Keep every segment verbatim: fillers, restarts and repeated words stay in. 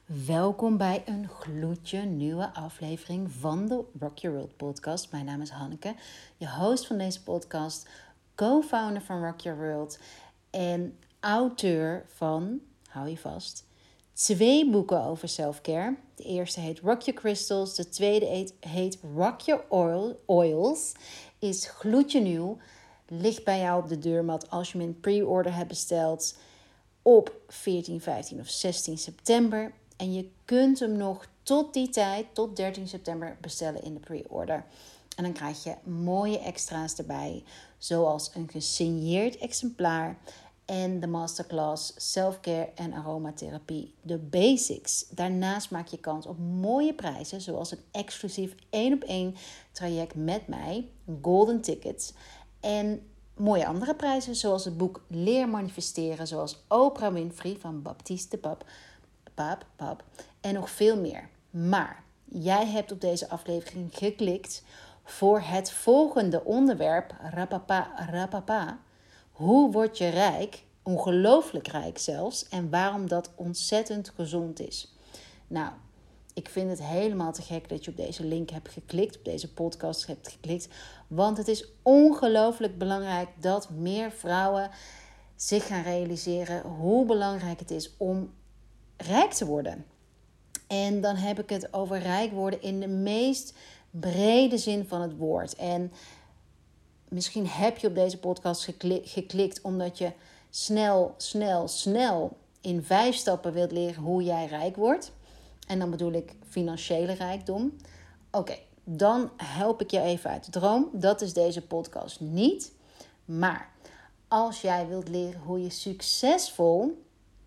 Welkom bij een gloedje nieuwe aflevering van de Rock Your World podcast. Mijn naam is Hanneke, je host van deze podcast, co-founder van Rock Your World en auteur van, hou je vast, twee boeken over selfcare. De eerste heet Rock Your Crystals, de tweede heet, heet Rock Your Oil, Oils, is gloedje nieuw, ligt bij jou op de deurmat als je hem in pre-order hebt besteld op veertien, vijftien of zestien september. En je kunt hem nog tot die tijd, tot dertien september, bestellen in de pre-order. En dan krijg je mooie extra's erbij, zoals een gesigneerd exemplaar en de masterclass Selfcare en Aromatherapie, de basics. Daarnaast maak je kans op mooie prijzen, zoals een exclusief één op één traject met mij, golden tickets, en mooie andere prijzen, zoals het boek Leer Manifesteren, zoals Oprah Winfrey van Baptiste de Pap, Pap, Pap, en nog veel meer. Maar jij hebt op deze aflevering geklikt voor het volgende onderwerp, rapapa, rapapa. Hoe word je rijk, ongelooflijk rijk zelfs, en waarom dat ontzettend gezond is. Nou, ik vind het helemaal te gek dat je op deze link hebt geklikt, op deze podcast hebt geklikt. Want het is ongelooflijk belangrijk dat meer vrouwen zich gaan realiseren hoe belangrijk het is om rijk te worden. En dan heb ik het over rijk worden in de meest brede zin van het woord. En misschien heb je op deze podcast geklikt, geklikt omdat je snel, snel, snel in vijf stappen wilt leren hoe jij rijk wordt. En dan bedoel ik financiële rijkdom. Oké, okay, dan help ik je even uit de droom. Dat is deze podcast niet. Maar als jij wilt leren hoe je succesvol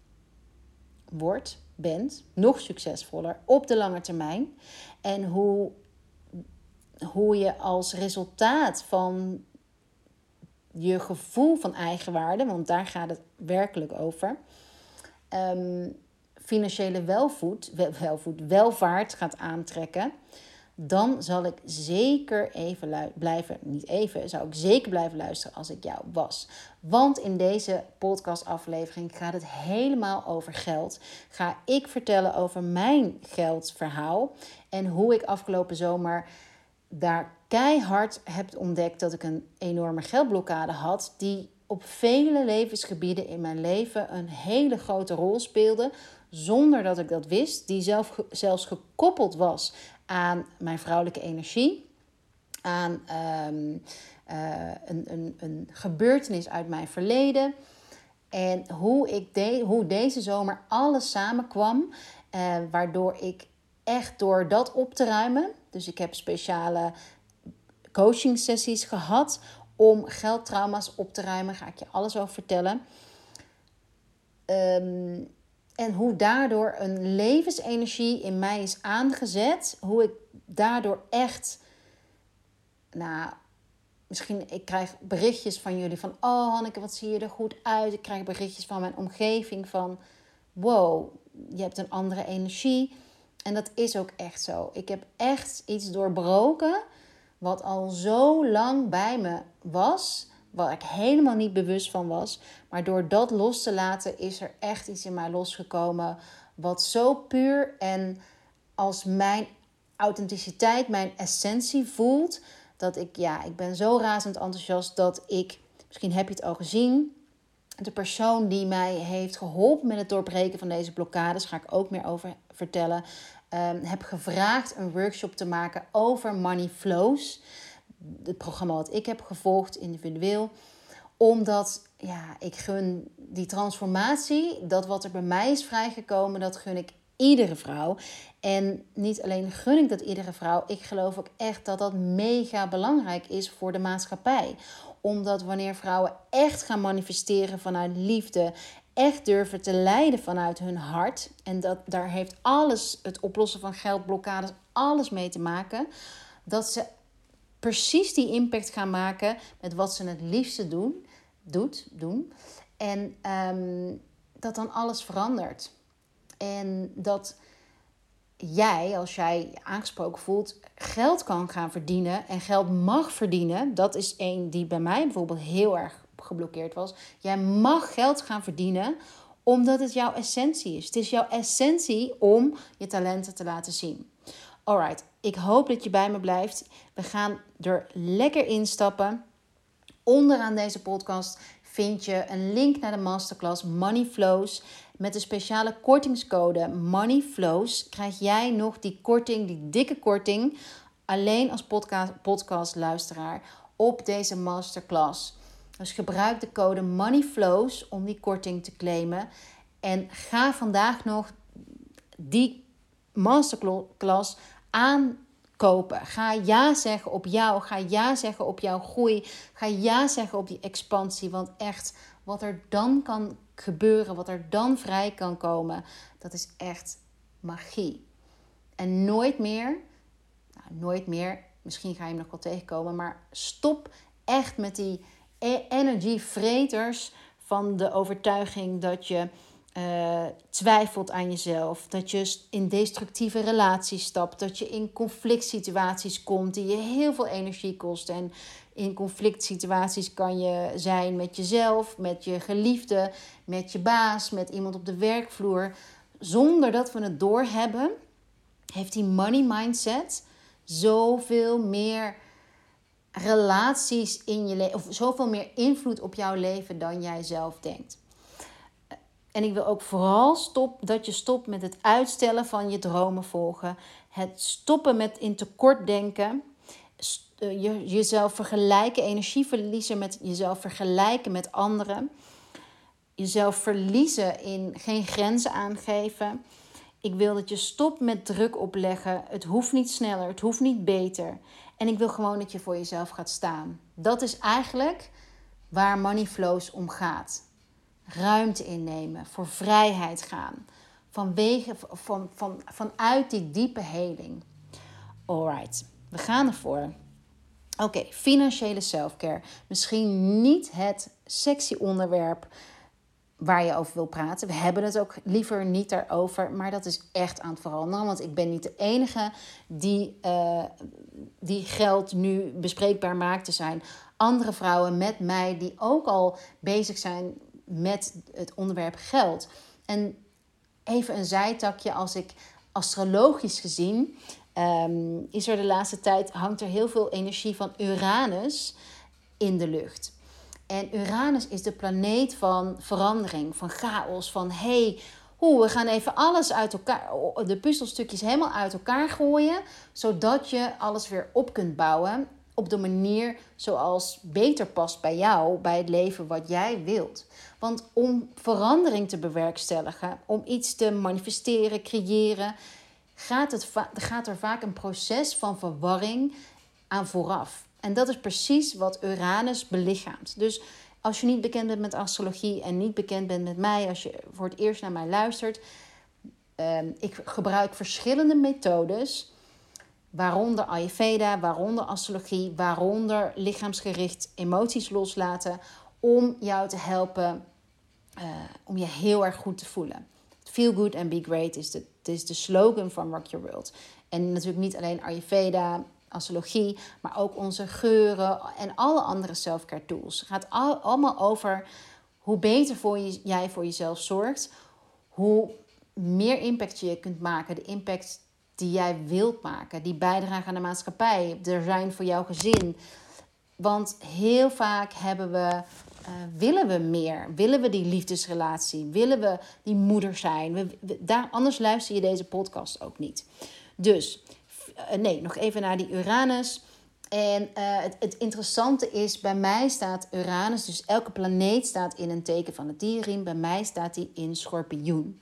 wordt, bent, nog succesvoller op de lange termijn. En hoe, hoe je als resultaat van je gevoel van eigenwaarde, want daar gaat het werkelijk over, um, financiële welvoed, wel, welvoed, welvaart gaat aantrekken, dan zal ik zeker even lu- blijven, niet even, zou ik zeker blijven luisteren als ik jou was. Want in deze podcastaflevering gaat het helemaal over geld. Ga ik vertellen over mijn geldverhaal en hoe ik afgelopen zomer daar keihard heb ontdekt dat ik een enorme geldblokkade had, die op vele levensgebieden in mijn leven een hele grote rol speelde, zonder dat ik dat wist, die zelf, zelfs gekoppeld was aan mijn vrouwelijke energie, aan um, uh, een, een, een gebeurtenis uit mijn verleden. En hoe, ik de, hoe deze zomer alles samenkwam, uh, waardoor ik echt door dat op te ruimen, dus ik heb speciale coaching sessies gehad om geldtrauma's op te ruimen, ga ik je alles over vertellen. Um, En hoe daardoor een levensenergie in mij is aangezet. Hoe ik daardoor echt, nou, misschien ik krijg berichtjes van jullie van, oh Hanneke, wat zie je er goed uit. Ik krijg berichtjes van mijn omgeving van, wow, je hebt een andere energie. En dat is ook echt zo. Ik heb echt iets doorbroken wat al zo lang bij me was, waar ik helemaal niet bewust van was. Maar door dat los te laten is er echt iets in mij losgekomen wat zo puur en als mijn authenticiteit, mijn essentie voelt, dat ik, ja, ik ben zo razend enthousiast dat ik, misschien heb je het al gezien, de persoon die mij heeft geholpen met het doorbreken van deze blokkades, ga ik ook meer over vertellen, um, heb gevraagd een workshop te maken over money flows. Het programma wat ik heb gevolgd, individueel. Omdat, ja, ik gun die transformatie, dat wat er bij mij is vrijgekomen, dat gun ik iedere vrouw. En niet alleen gun ik dat iedere vrouw, ik geloof ook echt dat dat mega belangrijk is voor de maatschappij. Omdat wanneer vrouwen echt gaan manifesteren vanuit liefde, echt durven te leiden vanuit hun hart, en dat, daar heeft alles, het oplossen van geldblokkades, alles mee te maken, dat ze precies die impact gaan maken met wat ze het liefste doen, doet, doen. En um, dat dan alles verandert. En dat jij, als jij je aangesproken voelt, geld kan gaan verdienen en geld mag verdienen. Dat is één die bij mij bijvoorbeeld heel erg geblokkeerd was. Jij mag geld gaan verdienen Omdat het jouw essentie is. Het is jouw essentie om je talenten te laten zien. Alright, ik hoop dat je bij me blijft. We gaan er lekker instappen. Onderaan deze podcast vind je een link naar de masterclass Money Flows. Met de speciale kortingscode Money Flows krijg jij nog die korting, die dikke korting, alleen als podcast, podcastluisteraar op deze masterclass. Dus gebruik de code Money Flows om die korting te claimen. En ga vandaag nog die masterclass aankopen. Ga ja zeggen op jou. Ga ja zeggen op jouw groei. Ga ja zeggen op die expansie. Want echt, wat er dan kan gebeuren, wat er dan vrij kan komen, dat is echt magie. En nooit meer, nou, nooit meer, misschien ga je hem nog wel tegenkomen, maar stop echt met die energy vreters van de overtuiging dat je uh, twijfelt aan jezelf, dat je in destructieve relaties stapt, dat je in conflict situaties komt die je heel veel energie kosten. En in conflict situaties kan je zijn met jezelf, met je geliefde, met je baas, met iemand op de werkvloer. Zonder dat we het doorhebben, heeft die money mindset zoveel meer relaties in je leven, of zoveel meer invloed op jouw leven dan jij zelf denkt. En ik wil ook vooral stop, dat je stopt met het uitstellen van je dromen volgen. Het stoppen met in tekort denken. Je, jezelf vergelijken, energie verliezen met jezelf vergelijken met anderen. Jezelf verliezen in geen grenzen aangeven. Ik wil dat je stopt met druk opleggen. Het hoeft niet sneller, het hoeft niet beter. En ik wil gewoon dat je voor jezelf gaat staan. Dat is eigenlijk waar Money Flows om gaat. Ruimte innemen, voor vrijheid gaan. Vanwege, van, van, vanuit die diepe heling. Alright, we gaan ervoor. Oké, okay, financiële selfcare. Misschien niet het sexy onderwerp waar je over wil praten. We hebben het ook liever niet daarover. Maar dat is echt aan het veranderen. Want ik ben niet de enige die, uh, die geld nu bespreekbaar maakt. Er zijn andere vrouwen met mij die ook al bezig zijn met het onderwerp geld. En even een zijtakje, als ik astrologisch gezien, um, is er de laatste tijd, hangt er heel veel energie van Uranus in de lucht. En Uranus is de planeet van verandering, van chaos, van hey, hoe, we gaan even alles uit elkaar, de puzzelstukjes helemaal uit elkaar gooien, zodat je alles weer op kunt bouwen op de manier zoals beter past bij jou, bij het leven wat jij wilt. Want om verandering te bewerkstelligen, om iets te manifesteren, creëren, gaat, het va- gaat er vaak een proces van verwarring aan vooraf. En dat is precies wat Uranus belichaamt. Dus als je niet bekend bent met astrologie en niet bekend bent met mij, als je voor het eerst naar mij luistert, uh, ik gebruik verschillende methodes, waaronder Ayurveda, waaronder astrologie, waaronder lichaamsgericht emoties loslaten, om jou te helpen, uh, om je heel erg goed te voelen. Feel good and be great is de, is de slogan van Rock Your World. En natuurlijk niet alleen Ayurveda, astrologie, maar ook onze geuren en alle andere self-care tools. Het gaat al, allemaal over hoe beter voor je, jij voor jezelf zorgt, hoe meer impact je kunt maken, de impact die jij wilt maken, die bijdragen aan de maatschappij, er zijn voor jouw gezin. Want heel vaak hebben we, uh, willen we meer, willen we die liefdesrelatie, willen we die moeder zijn. We, we, daar, anders luister je deze podcast ook niet. Dus, uh, nee, nog even naar die Uranus. En uh, het, het interessante is, bij mij staat Uranus, dus elke planeet staat in een teken van het dierriem. Bij mij staat die in Schorpioen.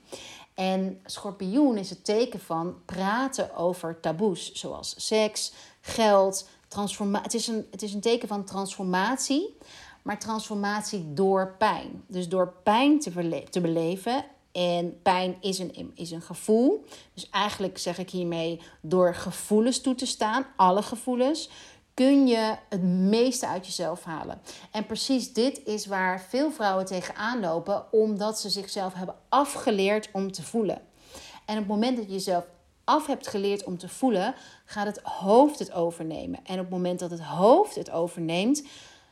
En Schorpioen is het teken van praten over taboes, zoals seks, geld, transformatie. Het is een, het is een teken van transformatie, maar transformatie door pijn. Dus door pijn te, verle- te beleven. En pijn is een, is een gevoel. Dus eigenlijk zeg ik hiermee, door gevoelens toe te staan, alle gevoelens, kun je het meeste uit jezelf halen. En precies dit is waar veel vrouwen tegenaan lopen, omdat ze zichzelf hebben afgeleerd om te voelen. En op het moment dat je jezelf af hebt geleerd om te voelen, gaat het hoofd het overnemen. En op het moment dat het hoofd het overneemt,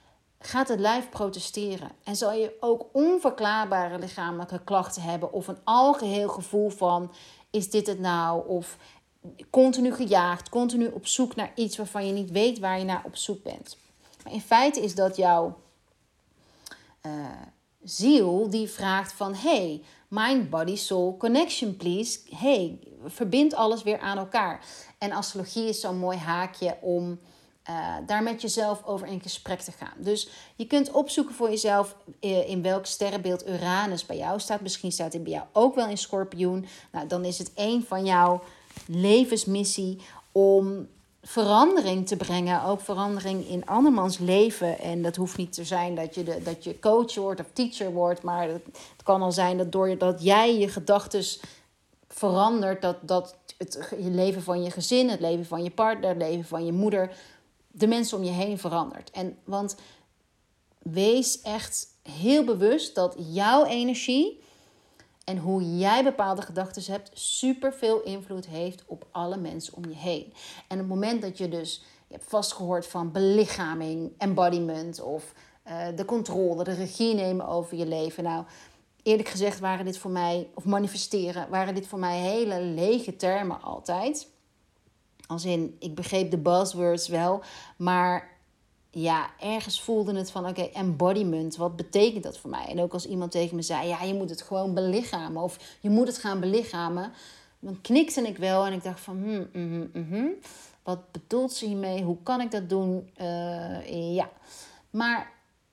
gaat het lijf protesteren. En zal je ook onverklaarbare lichamelijke klachten hebben. Of een algeheel gevoel van, is dit het nou? Of continu gejaagd, continu op zoek naar iets waarvan je niet weet waar je naar op zoek bent. Maar in feite is dat jouw uh, ziel die vraagt van, hey, mind, body, soul, connection please. Hey, verbind alles weer aan elkaar. En astrologie is zo'n mooi haakje om uh, daar met jezelf over in gesprek te gaan. Dus je kunt opzoeken voor jezelf uh, in welk sterrenbeeld Uranus bij jou staat. Misschien staat hij bij jou ook wel in Schorpioen. Nou, dan is het een van jouw levensmissie om verandering te brengen. Ook verandering in andermans leven. En dat hoeft niet te zijn dat je, de, dat je coach wordt of teacher wordt. Maar het, het kan al zijn dat doordat jij je gedachten verandert, dat, dat het je leven van je gezin, het leven van je partner, het leven van je moeder, de mensen om je heen verandert. En want wees echt heel bewust dat jouw energie en hoe jij bepaalde gedachten hebt superveel invloed heeft op alle mensen om je heen. En op het moment dat je dus, je hebt vastgehoord van belichaming, embodiment of uh, de controle, de regie nemen over je leven. Nou, eerlijk gezegd waren dit voor mij, of manifesteren, waren dit voor mij hele lege termen altijd. Als in, ik begreep de buzzwords wel, maar ja, ergens voelde het van, oké, okay, embodiment, wat betekent dat voor mij? En ook als iemand tegen me zei, ja, je moet het gewoon belichamen of je moet het gaan belichamen, dan knikte ik wel en ik dacht van, hmm, mm, mm, wat bedoelt ze hiermee? Hoe kan ik dat doen? Uh, ja, maar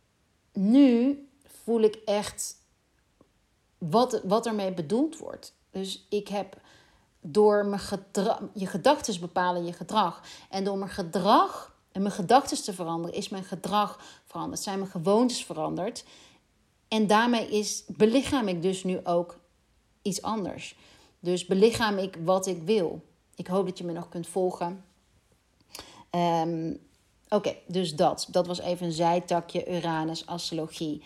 nu voel ik echt wat, wat ermee bedoeld wordt. Dus ik heb door mijn gedrag, je gedachten bepalen je gedrag. En door mijn gedrag en mijn gedachten te veranderen, is mijn gedrag veranderd. Zijn mijn gewoontes veranderd. En daarmee is, belichaam ik dus nu ook iets anders. Dus belichaam ik wat ik wil. Ik hoop dat je me nog kunt volgen. Um, Oké, okay, dus dat. Dat was even een zijtakje Uranus, astrologie.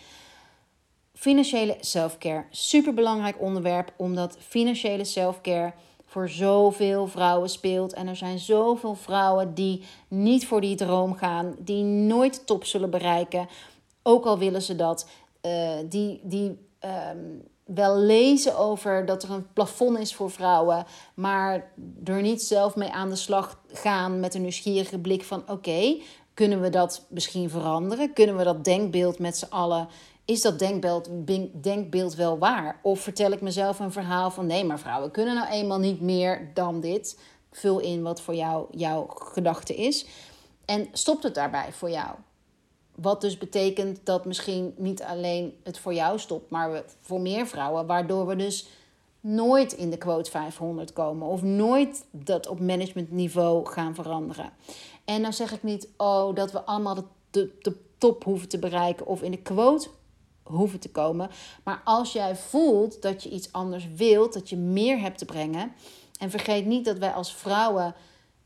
Financiële selfcare. Superbelangrijk onderwerp, omdat financiële selfcare voor zoveel vrouwen speelt. En er zijn zoveel vrouwen die niet voor die droom gaan. Die nooit de top zullen bereiken. Ook al willen ze dat. Uh, die die um, wel lezen over dat er een plafond is voor vrouwen. Maar er niet zelf mee aan de slag gaan met een nieuwsgierige blik van, oké, okay, kunnen we dat misschien veranderen? Kunnen we dat denkbeeld met z'n allen, is dat denkbeeld, denkbeeld wel waar? Of vertel ik mezelf een verhaal van, nee, maar vrouwen kunnen nou eenmaal niet meer dan dit. Vul in wat voor jou jouw gedachte is. En stopt het daarbij voor jou? Wat dus betekent dat misschien niet alleen het voor jou stopt, maar voor meer vrouwen, waardoor we dus nooit in de quote vijfhonderd komen of nooit dat op managementniveau gaan veranderen. En dan zeg ik niet, oh, dat we allemaal de, de, de top hoeven te bereiken of in de quote hoeven te komen. Maar als jij voelt dat je iets anders wilt, dat je meer hebt te brengen. En vergeet niet dat wij als vrouwen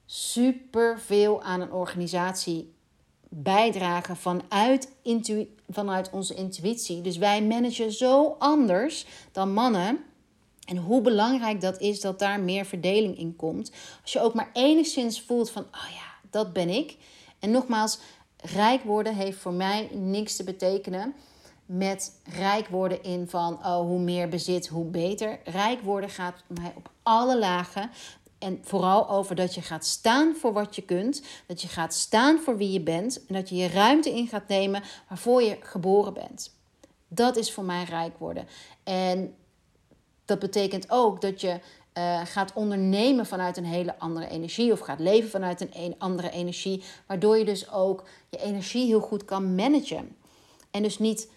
superveel aan een organisatie bijdragen vanuit, intu- vanuit onze intuïtie. Dus wij managen zo anders dan mannen. En hoe belangrijk dat is dat daar meer verdeling in komt. Als je ook maar enigszins voelt van, oh ja, dat ben ik. En nogmaals, rijk worden heeft voor mij niks te betekenen met rijk worden in van, oh, hoe meer bezit, hoe beter. Rijk worden gaat mij op alle lagen. En vooral over dat je gaat staan voor wat je kunt. Dat je gaat staan voor wie je bent. En dat je je ruimte in gaat nemen waarvoor je geboren bent. Dat is voor mij rijk worden. En dat betekent ook dat je uh, gaat ondernemen vanuit een hele andere energie. Of gaat leven vanuit een, een andere energie. Waardoor je dus ook je energie heel goed kan managen. En dus niet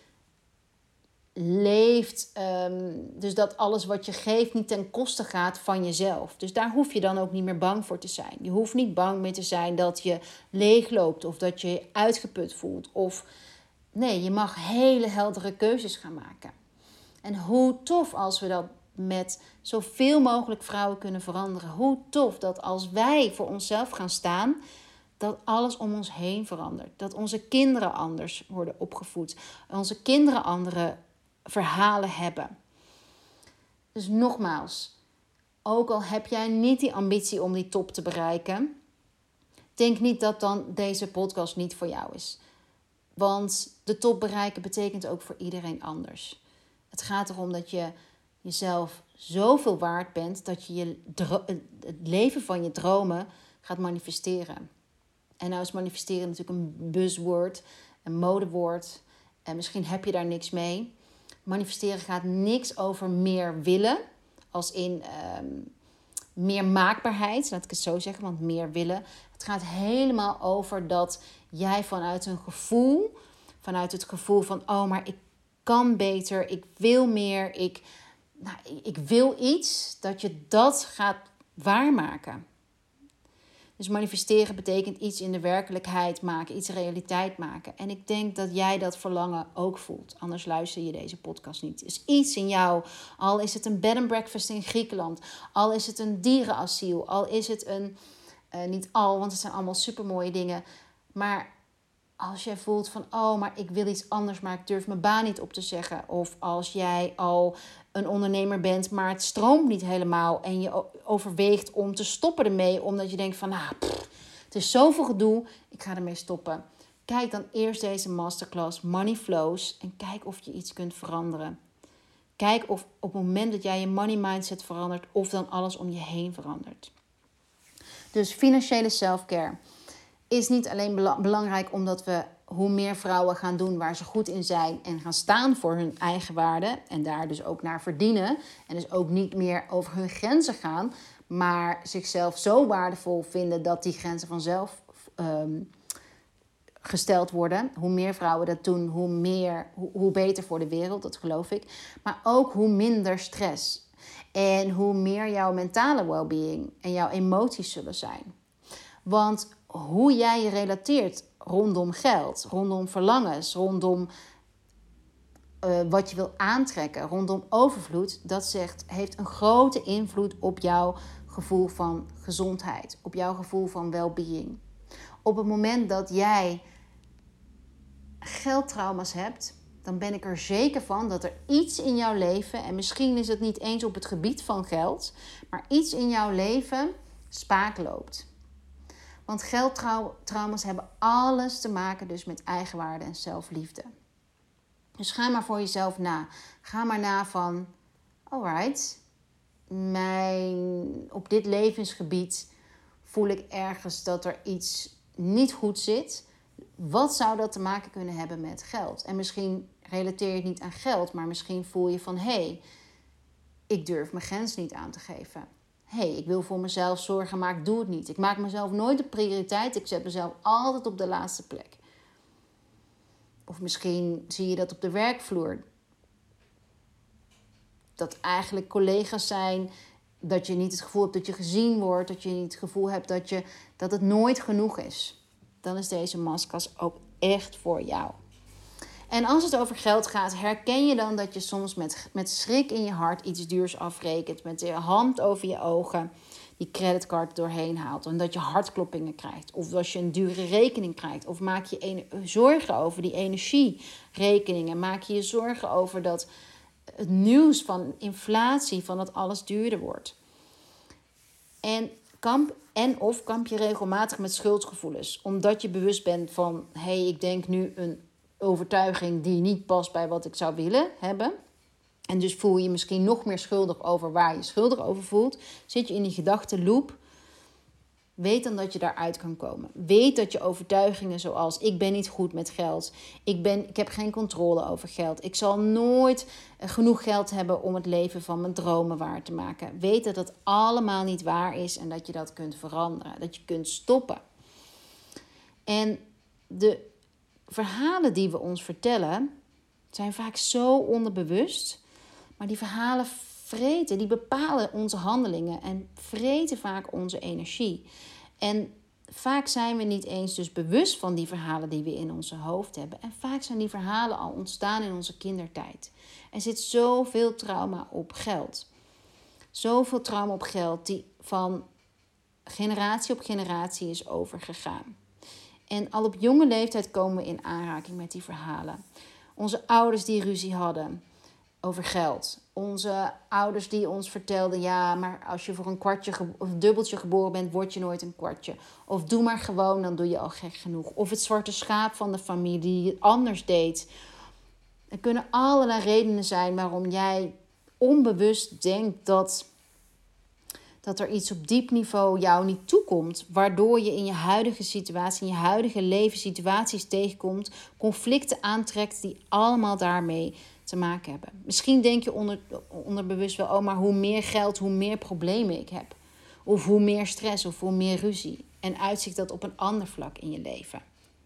leeft, um, dus dat alles wat je geeft niet ten koste gaat van jezelf. Dus daar hoef je dan ook niet meer bang voor te zijn. Je hoeft niet bang meer te zijn dat je leegloopt of dat je je uitgeput voelt. Of nee, je mag hele heldere keuzes gaan maken. En hoe tof als we dat met zoveel mogelijk vrouwen kunnen veranderen. Hoe tof dat als wij voor onszelf gaan staan, dat alles om ons heen verandert. Dat onze kinderen anders worden opgevoed. Onze kinderen andere verhalen hebben. Dus nogmaals, ook al heb jij niet die ambitie om die top te bereiken, denk niet dat dan deze podcast niet voor jou is. Want de top bereiken betekent ook voor iedereen anders. Het gaat erom dat je jezelf zoveel waard bent dat je, je dro- het leven van je dromen gaat manifesteren. En nou is manifesteren natuurlijk een buzzword, een modewoord. En misschien heb je daar niks mee. Manifesteren gaat niks over meer willen. Als in um, meer maakbaarheid, laat ik het zo zeggen, want meer willen. Het gaat helemaal over dat jij vanuit een gevoel, vanuit het gevoel van, oh, maar ik kan beter, ik wil meer, ik, nou, ik wil iets, dat je dat gaat waarmaken. Dus manifesteren betekent iets in de werkelijkheid maken, iets realiteit maken. En ik denk dat jij dat verlangen ook voelt. Anders luister je deze podcast niet. Dus iets in jou, al is het een bed and breakfast in Griekenland, al is het een dierenasiel, al is het een, uh, niet al, want het zijn allemaal supermooie dingen. Maar als jij voelt van, oh, maar ik wil iets anders, maar ik durf mijn baan niet op te zeggen. Of als jij al een ondernemer bent, maar het stroomt niet helemaal. En je overweegt om te stoppen ermee, omdat je denkt van, nou, pff, het is zoveel gedoe, ik ga ermee stoppen. Kijk dan eerst deze masterclass Money Flows en kijk of je iets kunt veranderen. Kijk of op het moment dat jij je money mindset verandert, of dan alles om je heen verandert. Dus financiële selfcare is niet alleen belangrijk omdat we hoe meer vrouwen gaan doen waar ze goed in zijn en gaan staan voor hun eigen waarde en daar dus ook naar verdienen en dus ook niet meer over hun grenzen gaan, maar zichzelf zo waardevol vinden dat die grenzen vanzelf um, gesteld worden. Hoe meer vrouwen dat doen, hoe, meer, hoe, hoe beter voor de wereld, dat geloof ik. Maar ook hoe minder stress en hoe meer jouw mentale well-being en jouw emoties zullen zijn. Want hoe jij je relateert rondom geld, rondom verlangens, rondom uh, wat je wil aantrekken, rondom overvloed, dat zegt, heeft een grote invloed op jouw gevoel van gezondheid, op jouw gevoel van well-being. Op het moment dat jij geldtrauma's hebt, dan ben ik er zeker van dat er iets in jouw leven, en misschien is het niet eens op het gebied van geld, maar iets in jouw leven spaak loopt. Want geldtrauma's hebben alles te maken dus met eigenwaarde en zelfliefde. Dus ga maar voor jezelf na. Ga maar na van, alright, mijn, op dit levensgebied voel ik ergens dat er iets niet goed zit. Wat zou dat te maken kunnen hebben met geld? En misschien relateer je het niet aan geld, maar misschien voel je van, hé, hey, ik durf mijn grens niet aan te geven. Hé, hey, ik wil voor mezelf zorgen, maar ik doe het niet. Ik maak mezelf nooit de prioriteit. Ik zet mezelf altijd op de laatste plek. Of misschien zie je dat op de werkvloer. Dat eigenlijk collega's zijn, dat je niet het gevoel hebt dat je gezien wordt. Dat je niet het gevoel hebt dat, je, dat het nooit genoeg is. Dan is deze maskers ook echt voor jou. En als het over geld gaat, herken je dan dat je soms met, met schrik in je hart iets duurs afrekent. Met je hand over je ogen die creditcard doorheen haalt. En dat je hartkloppingen krijgt. Of als je een dure rekening krijgt. Of maak je ene, zorgen over die energierekeningen. Maak je je zorgen over dat het nieuws van inflatie, van dat alles duurder wordt. En, kamp, en of kamp je regelmatig met schuldgevoelens. Omdat je bewust bent van, hé, hey, ik denk nu een overtuiging die niet past bij wat ik zou willen hebben. En dus voel je je misschien nog meer schuldig over waar je schuldig over voelt. Zit je in die gedachtenloop. Weet dan dat je daaruit kan komen. Weet dat je overtuigingen zoals, ik ben niet goed met geld. Ik, ben, ik heb geen controle over geld. Ik zal nooit genoeg geld hebben om het leven van mijn dromen waar te maken. Weet dat dat allemaal niet waar is en dat je dat kunt veranderen. Dat je kunt stoppen. En de verhalen die we ons vertellen zijn vaak zo onderbewust. Maar die verhalen vreten, die bepalen onze handelingen en vreten vaak onze energie. En vaak zijn we niet eens dus bewust van die verhalen die we in onze hoofd hebben. En vaak zijn die verhalen al ontstaan in onze kindertijd. Er zit zoveel trauma op geld. Zoveel trauma op geld die van generatie op generatie is overgegaan. En al op jonge leeftijd komen we in aanraking met die verhalen. Onze ouders die ruzie hadden. over geld. Onze ouders die ons vertelden, ja, maar als je voor een kwartje ge- of een dubbeltje geboren bent, word je nooit een kwartje. Of doe maar gewoon, dan doe je al gek genoeg. Of het zwarte schaap van de familie die het anders deed. Er kunnen allerlei redenen zijn waarom jij onbewust denkt dat, dat er iets op diep niveau jou niet toekomt. Waardoor je in je huidige situatie, in je huidige leven situaties tegenkomt. Conflicten aantrekt die allemaal daarmee te maken hebben. Misschien denk je onder, onderbewust wel, oh, maar hoe meer geld, hoe meer problemen ik heb. Of hoe meer stress of hoe meer ruzie. En uitzicht dat op een ander vlak in je leven.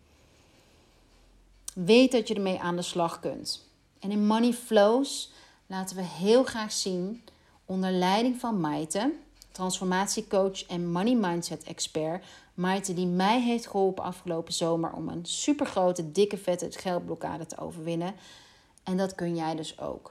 Weet dat je ermee aan de slag kunt. En in Money Flows laten we heel graag zien, onder leiding van Maite, transformatiecoach en money mindset expert. Maite die mij heeft geholpen afgelopen zomer om een supergrote, dikke, vette geldblokkade te overwinnen. En dat kun jij dus ook.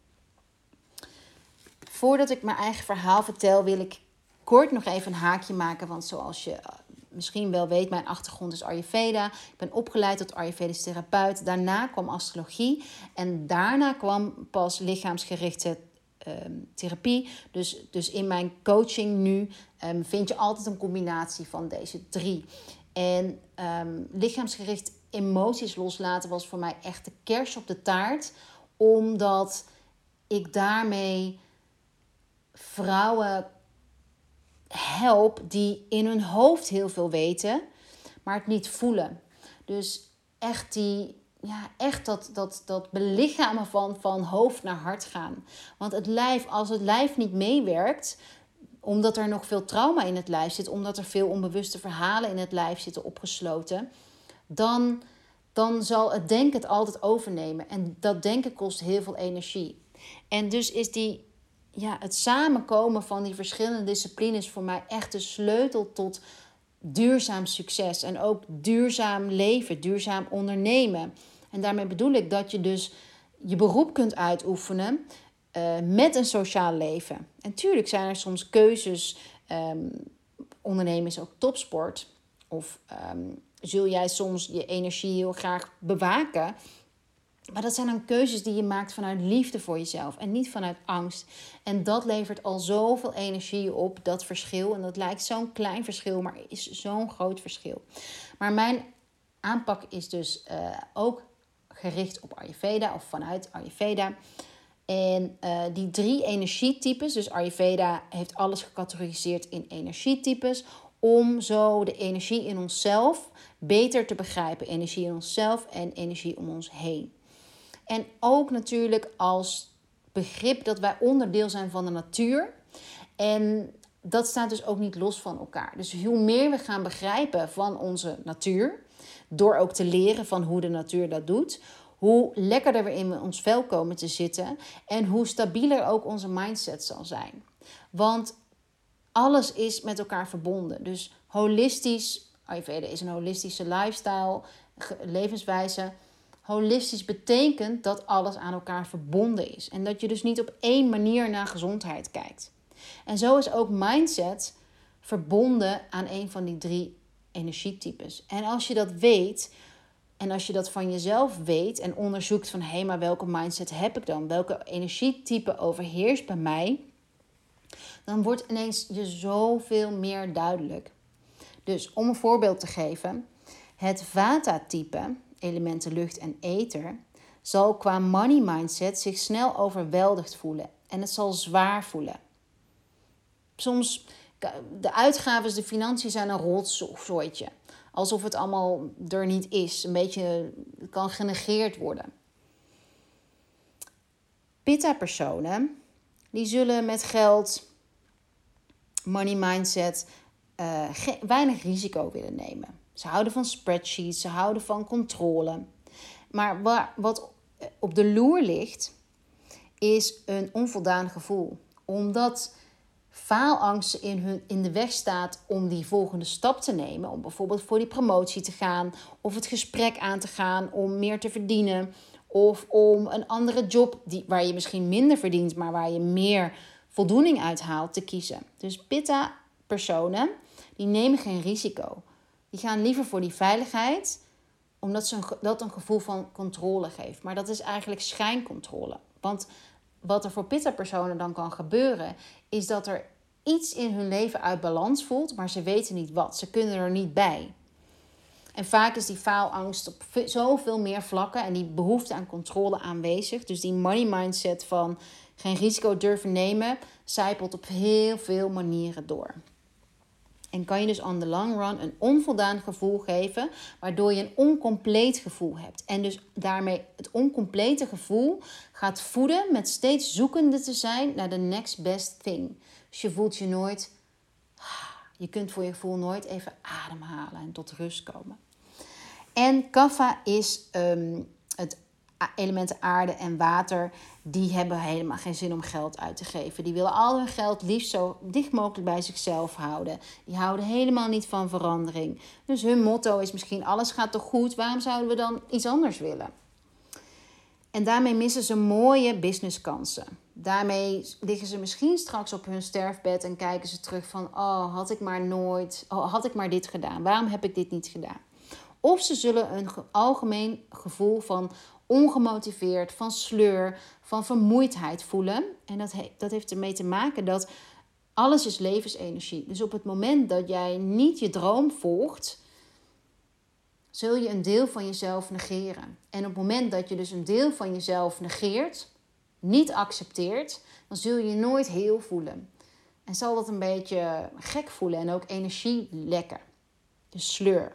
Voordat ik mijn eigen verhaal vertel, wil ik kort nog even een haakje maken. Want zoals je misschien wel weet, mijn achtergrond is Ayurveda. Ik ben opgeleid tot Ayurvedisch therapeut. Daarna kwam astrologie. En daarna kwam pas lichaamsgerichte um, therapie. Dus, dus in mijn coaching nu um, vind je altijd een combinatie van deze drie. En um, lichaamsgericht emoties loslaten was voor mij echt de kers op de taart. Omdat ik daarmee vrouwen help die in hun hoofd heel veel weten, maar het niet voelen. Dus echt, die, ja, echt dat, dat, dat belichamen van, van hoofd naar hart gaan. Want het lijf, als het lijf niet meewerkt, omdat er nog veel trauma in het lijf zit, omdat er veel onbewuste verhalen in het lijf zitten opgesloten, dan, dan zal het denken het altijd overnemen. En dat denken kost heel veel energie. En dus is die Ja, het samenkomen van die verschillende disciplines voor mij echt de sleutel tot duurzaam succes. En ook duurzaam leven, duurzaam ondernemen. En daarmee bedoel ik dat je dus je beroep kunt uitoefenen uh, met een sociaal leven. En tuurlijk zijn er soms keuzes. Um, ondernemen is ook topsport. Of um, zul jij soms je energie heel graag bewaken. Maar dat zijn dan keuzes die je maakt vanuit liefde voor jezelf en niet vanuit angst. En dat levert al zoveel energie op, dat verschil. En dat lijkt zo'n klein verschil, maar is zo'n groot verschil. Maar mijn aanpak is dus uh, ook gericht op Ayurveda of vanuit Ayurveda. En uh, die drie energietypes, dus Ayurveda heeft alles gecategoriseerd in energietypes, om zo de energie in onszelf beter te begrijpen. Energie in onszelf en energie om ons heen. En ook natuurlijk als begrip dat wij onderdeel zijn van de natuur. En dat staat dus ook niet los van elkaar. Dus hoe meer we gaan begrijpen van onze natuur, door ook te leren van hoe de natuur dat doet, hoe lekkerder we in ons vel komen te zitten en hoe stabieler ook onze mindset zal zijn. Want alles is met elkaar verbonden. Dus holistisch, Ayurveda is een holistische lifestyle, levenswijze. Holistisch betekent dat alles aan elkaar verbonden is. En dat je dus niet op één manier naar gezondheid kijkt. En zo is ook mindset verbonden aan een van die drie energietypes. En als je dat weet, en als je dat van jezelf weet en onderzoekt van, hé, maar welke mindset heb ik dan? Welke energietype overheerst bij mij? Dan wordt ineens je zoveel meer duidelijk. Dus om een voorbeeld te geven, het Vata-type, elementen lucht en ether, zal qua money mindset zich snel overweldigd voelen. En het zal zwaar voelen. Soms, de uitgaven, de financiën zijn een rotzooitje. Alsof het allemaal er niet is. Een beetje kan genegeerd worden. Pitta-personen, die zullen met geld, money mindset, uh, ge- weinig risico willen nemen. Ze houden van spreadsheets, ze houden van controle. Maar wa- wat op de loer ligt, is een onvoldaan gevoel. Omdat faalangst in, hun, in de weg staat om die volgende stap te nemen. Om bijvoorbeeld voor die promotie te gaan. Of het gesprek aan te gaan om meer te verdienen. Of om een andere job die, waar je misschien minder verdient, maar waar je meer voldoening uit haalt, te kiezen. Dus Pitta-personen, die nemen geen risico. Die gaan liever voor die veiligheid, omdat ze een, dat een gevoel van controle geeft. Maar dat is eigenlijk schijncontrole. Want wat er voor pitta-personen dan kan gebeuren, is dat er iets in hun leven uit balans voelt, maar ze weten niet wat. Ze kunnen er niet bij. En vaak is die faalangst op zoveel meer vlakken en die behoefte aan controle aanwezig. Dus die money mindset van geen risico durven nemen, zijpelt op heel veel manieren door. En kan je dus on the long run een onvoldaan gevoel geven, waardoor je een oncompleet gevoel hebt. En dus daarmee het oncomplete gevoel gaat voeden met steeds zoekende te zijn naar de next best thing. Dus je voelt je nooit, je kunt voor je gevoel nooit even ademhalen en tot rust komen. En Kapha is um, het elementen aarde en water, die hebben helemaal geen zin om geld uit te geven. Die willen al hun geld liefst zo dicht mogelijk bij zichzelf houden. Die houden helemaal niet van verandering. Dus hun motto is misschien alles gaat toch goed, waarom zouden we dan iets anders willen? En daarmee missen ze mooie businesskansen. Daarmee liggen ze misschien straks op hun sterfbed en kijken ze terug van, oh, had ik maar nooit, oh, had ik maar dit gedaan? Waarom heb ik dit niet gedaan? Of ze zullen een algemeen gevoel van ongemotiveerd, van sleur, van vermoeidheid voelen. En dat, he- dat heeft ermee te maken dat alles is levensenergie. Dus op het moment dat jij niet je droom volgt, zul je een deel van jezelf negeren. En op het moment dat je dus een deel van jezelf negeert, niet accepteert, dan zul je je nooit heel voelen. En zal dat een beetje gek voelen en ook energie lekken. Dus sleur.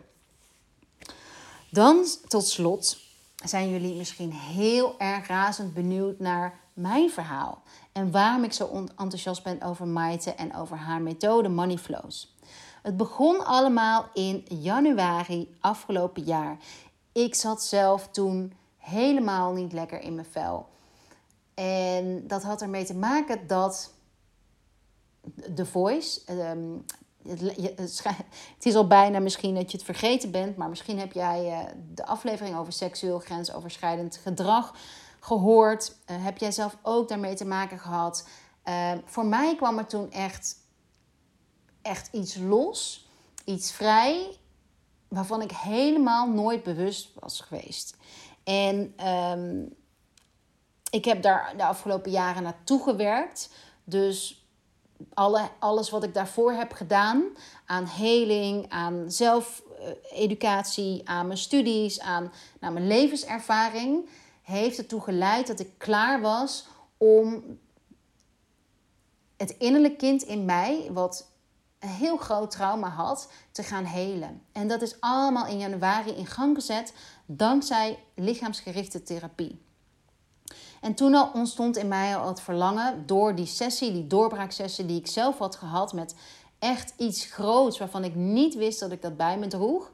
Dan tot slot zijn jullie misschien heel erg razend benieuwd naar mijn verhaal. En waarom ik zo enthousiast ben over Maite en over haar methode Money Flows. Het begon allemaal in januari afgelopen jaar. Ik zat zelf toen helemaal niet lekker in mijn vel. En dat had ermee te maken dat The Voice... Um, Het is al bijna misschien dat je het vergeten bent, maar misschien heb jij de aflevering over seksueel grensoverschrijdend gedrag gehoord. Uh, heb jij zelf ook daarmee te maken gehad? Uh, voor mij kwam er toen echt, echt iets los, iets vrij, waarvan ik helemaal nooit bewust was geweest. En um, ik heb daar de afgelopen jaren naartoe gewerkt, dus Alle, alles wat ik daarvoor heb gedaan aan heling, aan zelfeducatie, aan mijn studies, aan nou, mijn levenservaring, heeft ertoe geleid dat ik klaar was om het innerlijk kind in mij, wat een heel groot trauma had, te gaan helen. En dat is allemaal in januari in gang gezet dankzij lichaamsgerichte therapie. En toen al ontstond in mij al het verlangen door die sessie, die doorbraaksessie die ik zelf had gehad met echt iets groots waarvan ik niet wist dat ik dat bij me droeg,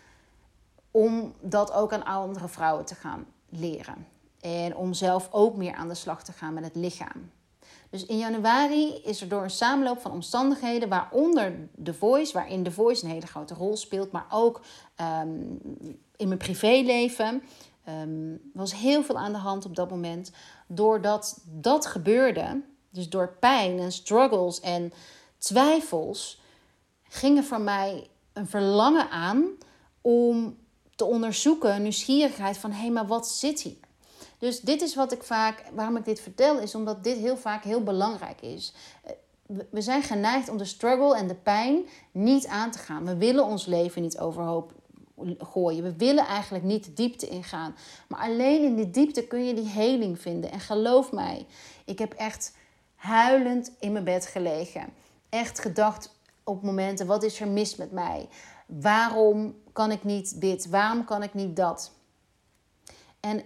om dat ook aan andere vrouwen te gaan leren. En om zelf ook meer aan de slag te gaan met het lichaam. Dus in januari is er door een samenloop van omstandigheden, waaronder The Voice, waarin The Voice een hele grote rol speelt, maar ook um, in mijn privéleven, Um, was heel veel aan de hand op dat moment. Doordat dat gebeurde, dus door pijn en struggles en twijfels, ging er voor mij een verlangen aan om te onderzoeken, nieuwsgierigheid van, hé, hey, maar wat zit hier? Dus dit is wat ik vaak, waarom ik dit vertel, is omdat dit heel vaak heel belangrijk is. We zijn geneigd om de struggle en de pijn niet aan te gaan. We willen ons leven niet overhoop gooien. We willen eigenlijk niet de diepte ingaan. Maar alleen in die diepte kun je die heling vinden. En geloof mij, ik heb echt huilend in mijn bed gelegen. Echt gedacht op momenten, wat is er mis met mij? Waarom kan ik niet dit? Waarom kan ik niet dat? En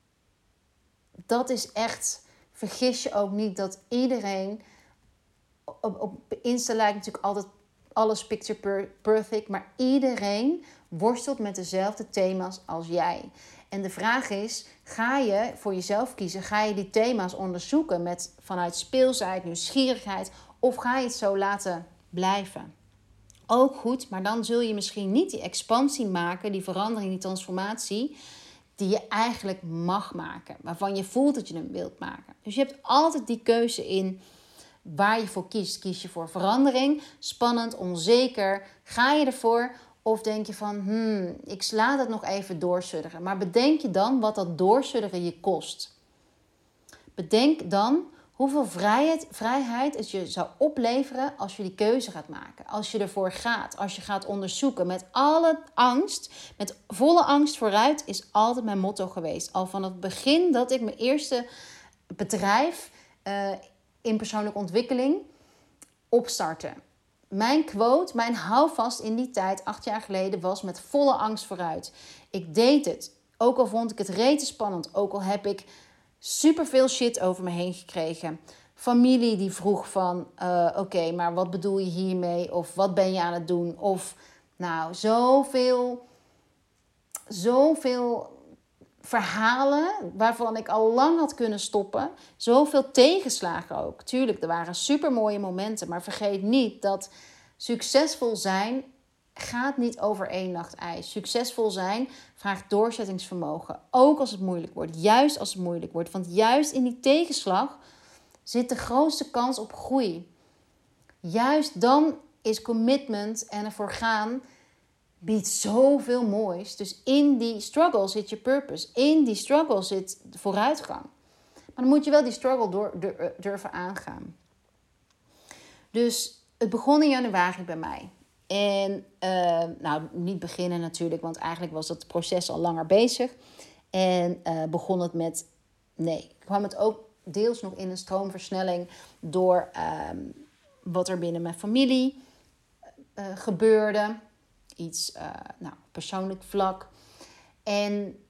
dat is echt, vergis je ook niet dat iedereen, op, op Insta lijkt natuurlijk altijd alles picture perfect, maar iedereen worstelt met dezelfde thema's als jij. En de vraag is, ga je voor jezelf kiezen? Ga je die thema's onderzoeken met, vanuit speelsheid, nieuwsgierigheid, of ga je het zo laten blijven? Ook goed, maar dan zul je misschien niet die expansie maken, die verandering, die transformatie, die je eigenlijk mag maken. Waarvan je voelt dat je hem wilt maken. Dus je hebt altijd die keuze in waar je voor kiest. Kies je voor verandering, spannend, onzeker. Ga je ervoor? Of denk je van, hmm, ik laat het nog even doorsudderen. Maar bedenk je dan wat dat doorsudderen je kost. Bedenk dan hoeveel vrijheid, vrijheid het je zou opleveren als je die keuze gaat maken. Als je ervoor gaat, als je gaat onderzoeken. Met alle angst, met volle angst vooruit is altijd mijn motto geweest. Al van het begin dat ik mijn eerste bedrijf uh, in persoonlijke ontwikkeling opstartte. Mijn quote, mijn houvast in die tijd, acht jaar geleden, was met volle angst vooruit. Ik deed het. Ook al vond ik het rete spannend. Ook al heb ik superveel shit over me heen gekregen. Familie die vroeg van, uh, oké, okay, maar wat bedoel je hiermee? Of wat ben je aan het doen? Of, nou, zoveel, zoveel verhalen waarvan ik al lang had kunnen stoppen. Zoveel tegenslagen ook. Tuurlijk, er waren supermooie momenten. Maar vergeet niet dat succesvol zijn gaat niet over één nacht ijs. Succesvol zijn vraagt doorzettingsvermogen. Ook als het moeilijk wordt. Juist als het moeilijk wordt. Want juist in die tegenslag zit de grootste kans op groei. Juist dan is commitment en ervoor gaan biedt zoveel moois. Dus in die struggle zit je purpose. In die struggle zit de vooruitgang. Maar dan moet je wel die struggle door, durven aangaan. Dus het begon in januari bij mij. En uh, nou, niet beginnen natuurlijk, want eigenlijk was dat proces al langer bezig. En uh, begon het met, nee, kwam het ook deels nog in een stroomversnelling door uh, wat er binnen mijn familie uh, gebeurde. Iets, uh, nou, persoonlijk vlak. En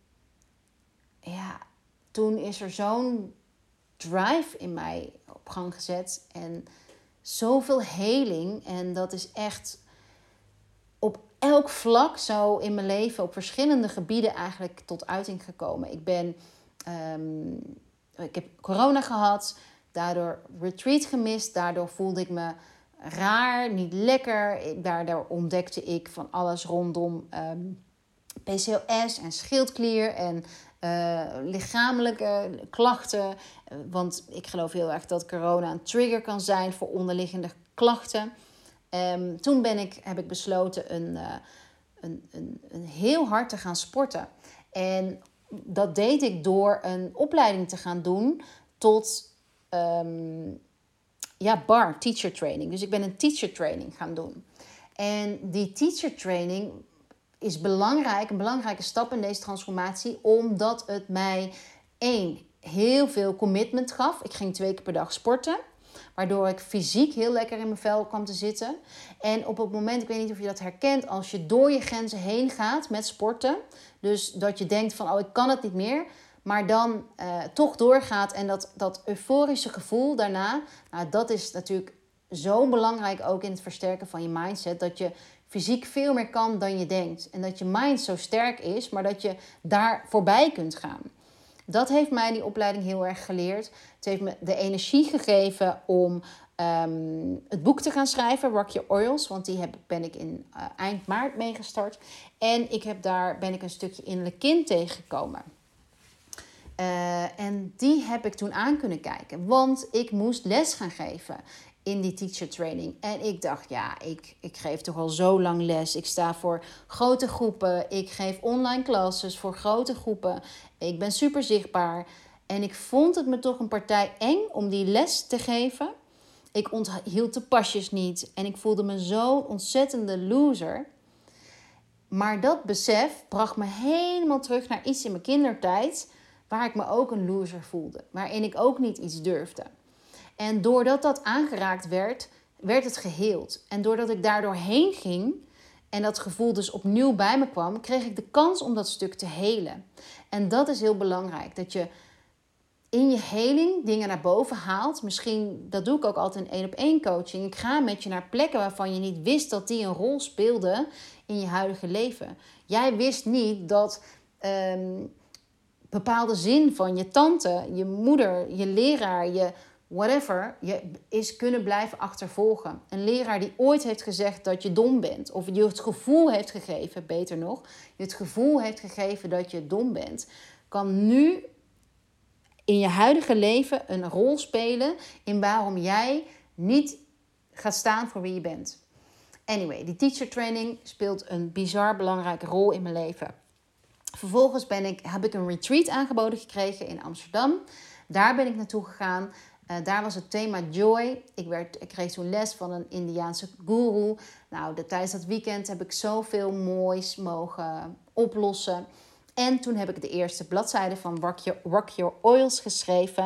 ja, toen is er zo'n drive in mij op gang gezet. En zoveel heling. En dat is echt op elk vlak zo in mijn leven, op verschillende gebieden eigenlijk tot uiting gekomen. Ik ben, um, ik heb corona gehad, daardoor retreat gemist. Daardoor voelde ik me raar, niet lekker. Daardoor ontdekte ik van alles rondom um, P C O S en schildklier en uh, lichamelijke klachten. Want ik geloof heel erg dat corona een trigger kan zijn voor onderliggende klachten. Um, toen ben ik, heb ik besloten een, uh, een, een, een heel hard te gaan sporten. En dat deed ik door een opleiding te gaan doen tot um, ja, B A R, teacher training. Dus ik ben een teacher training gaan doen. En die teacher training is belangrijk, een belangrijke stap in deze transformatie, omdat het mij één, heel veel commitment gaf. Ik ging twee keer per dag sporten, waardoor ik fysiek heel lekker in mijn vel kwam te zitten. En op het moment, ik weet niet of je dat herkent, als je door je grenzen heen gaat met sporten, dus dat je denkt van, oh, ik kan het niet meer, maar dan uh, toch doorgaat en dat, dat euforische gevoel daarna, nou, dat is natuurlijk zo belangrijk ook in het versterken van je mindset, dat je fysiek veel meer kan dan je denkt. En dat je mind zo sterk is, maar dat je daar voorbij kunt gaan. Dat heeft mij die opleiding heel erg geleerd. Het heeft me de energie gegeven om um, het boek te gaan schrijven, Rock Your Oils. Want die heb, ben ik in uh, eind maart mee gestart. En ik heb daar, ben ik een stukje innerlijk kind tegengekomen. Uh, en die heb ik toen aan kunnen kijken. Want ik moest les gaan geven in die teacher training. En ik dacht, ja, ik, ik geef toch al zo lang les. Ik sta voor grote groepen. Ik geef online classes voor grote groepen. Ik ben super zichtbaar. En ik vond het me toch een partij eng om die les te geven. Ik onthield de pasjes niet. En ik voelde me zo'n ontzettende loser. Maar dat besef bracht me helemaal terug naar iets in mijn kindertijd, waar ik me ook een loser voelde. Waarin ik ook niet iets durfde. En doordat dat aangeraakt werd, werd het geheeld. En doordat ik daardoor heen ging en dat gevoel dus opnieuw bij me kwam, kreeg ik de kans om dat stuk te helen. En dat is heel belangrijk. Dat je in je heling dingen naar boven haalt. Misschien, dat doe ik ook altijd in één op één coaching. Ik ga met je naar plekken waarvan je niet wist dat die een rol speelden in je huidige leven. Jij wist niet dat um, bepaalde zin van je tante, je moeder, je leraar, je whatever, je is kunnen blijven achtervolgen. Een leraar die ooit heeft gezegd dat je dom bent. Of je het gevoel heeft gegeven, beter nog, je het gevoel heeft gegeven dat je dom bent, kan nu in je huidige leven een rol spelen in waarom jij niet gaat staan voor wie je bent. Anyway, die teacher training speelt een bizar belangrijke rol in mijn leven. Vervolgens ben ik, heb ik een retreat aangeboden gekregen in Amsterdam, Daar ben ik naartoe gegaan. Uh, daar was het thema joy. Ik, werd, ik kreeg toen les van een Indiaanse guru. Nou, de, tijdens dat weekend heb ik zoveel moois mogen oplossen. En toen heb ik de eerste bladzijde van Rock Your, Rock Your Oils geschreven.